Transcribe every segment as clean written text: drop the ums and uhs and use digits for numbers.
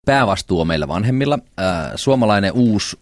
Päävastuu on meillä vanhemmilla. Suomalainen uusi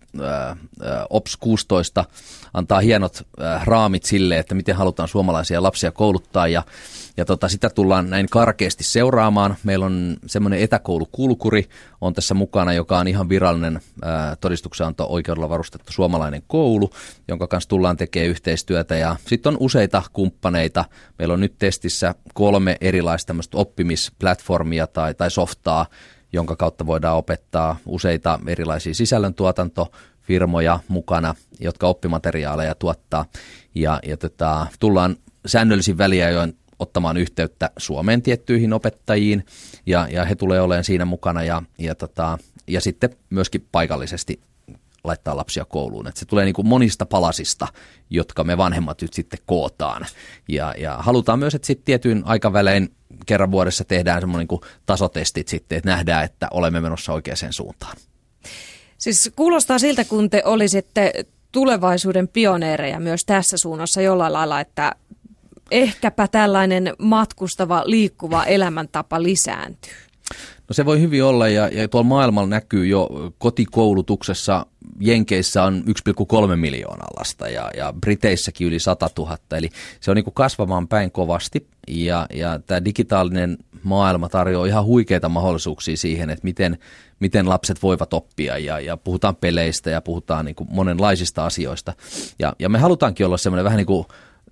OPS 16 antaa hienot raamit sille, että miten halutaan suomalaisia lapsia kouluttaa ja sitä tullaan näin karkeasti seuraamaan. Meillä on semmoinen etäkoulukulkuri on tässä mukana, joka on ihan virallinen todistuksenanto oikeudella varustettu suomalainen koulu, jonka kanssa tullaan tekemään yhteistyötä. Ja sitten on useita kumppaneita. Meillä on nyt testissä 3 erilaista tämmöistä oppimisplatformia tai softaa, jonka kautta voidaan opettaa useita erilaisia sisällöntuotantofirmoja mukana, jotka oppimateriaaleja tuottaa. Ja tullaan säännöllisin väliajoin ottamaan yhteyttä Suomeen tiettyihin opettajiin, ja he tulee olemaan siinä mukana, ja sitten myöskin paikallisesti laittaa lapsia kouluun. Et se tulee niin kuin monista palasista, jotka me vanhemmat nyt sitten kootaan. Ja halutaan myös, että sitten tietyin aikavälein kerran vuodessa tehdään semmoinen niin kuin tasotestit sitten, että nähdään, että olemme menossa oikeaan suuntaan. Siis kuulostaa siltä, kun te olisitte tulevaisuuden pioneereja myös tässä suunnassa jollain lailla, että ehkäpä tällainen matkustava, liikkuva elämäntapa lisääntyy. No se voi hyvin olla, ja tuolla maailmalla näkyy jo kotikoulutuksessa. Jenkeissä on 1,3 miljoonaa lasta ja Briteissäkin yli 100 000, eli se on niin kuin kasvamaan päin kovasti, ja tämä digitaalinen maailma tarjoaa ihan huikeita mahdollisuuksia siihen, että miten lapset voivat oppia, ja puhutaan peleistä ja puhutaan niin kuin monenlaisista asioista, ja me halutaankin olla semmoinen vähän niin kuin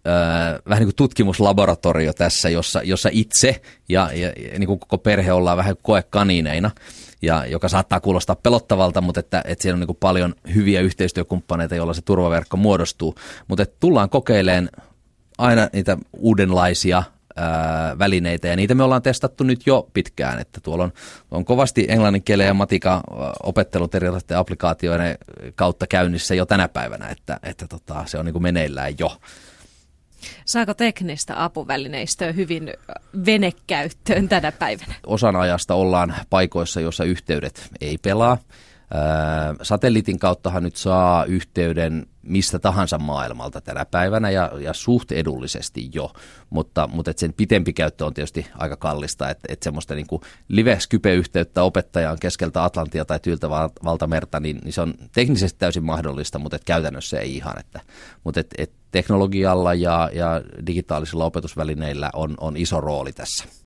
tutkimuslaboratorio tässä, jossa itse ja niin kuin koko perhe ollaan vähän koekaniineina, ja joka saattaa kuulostaa pelottavalta, mutta että siellä on niin kuin paljon hyviä yhteistyökumppaneita, joilla se turvaverkko muodostuu. Mutta tullaan kokeilemaan aina niitä uudenlaisia välineitä, ja niitä me ollaan testattu nyt jo pitkään, että tuolla on kovasti englanninkielen ja matikan opettelut erilaisten applikaatioiden kautta käynnissä jo tänä päivänä, että se on niin kuin meneillään jo. Saako teknistä apuvälineistöä hyvin venekäyttöön tänä päivänä? Osan ajasta ollaan paikoissa, joissa yhteydet ei pelaa. Satelliitin kauttahan nyt saa yhteyden mistä tahansa maailmalta tänä päivänä ja suht edullisesti jo, mutta et sen pitempi käyttö on tietysti aika kallista, että semmoista niin kuin live-Skype-yhteyttä opettajaan keskeltä Atlantia tai Tyyltä valtamerta, niin se on teknisesti täysin mahdollista, mutta käytännössä ei ihan. Mutta teknologialla ja digitaalisilla opetusvälineillä on iso rooli tässä.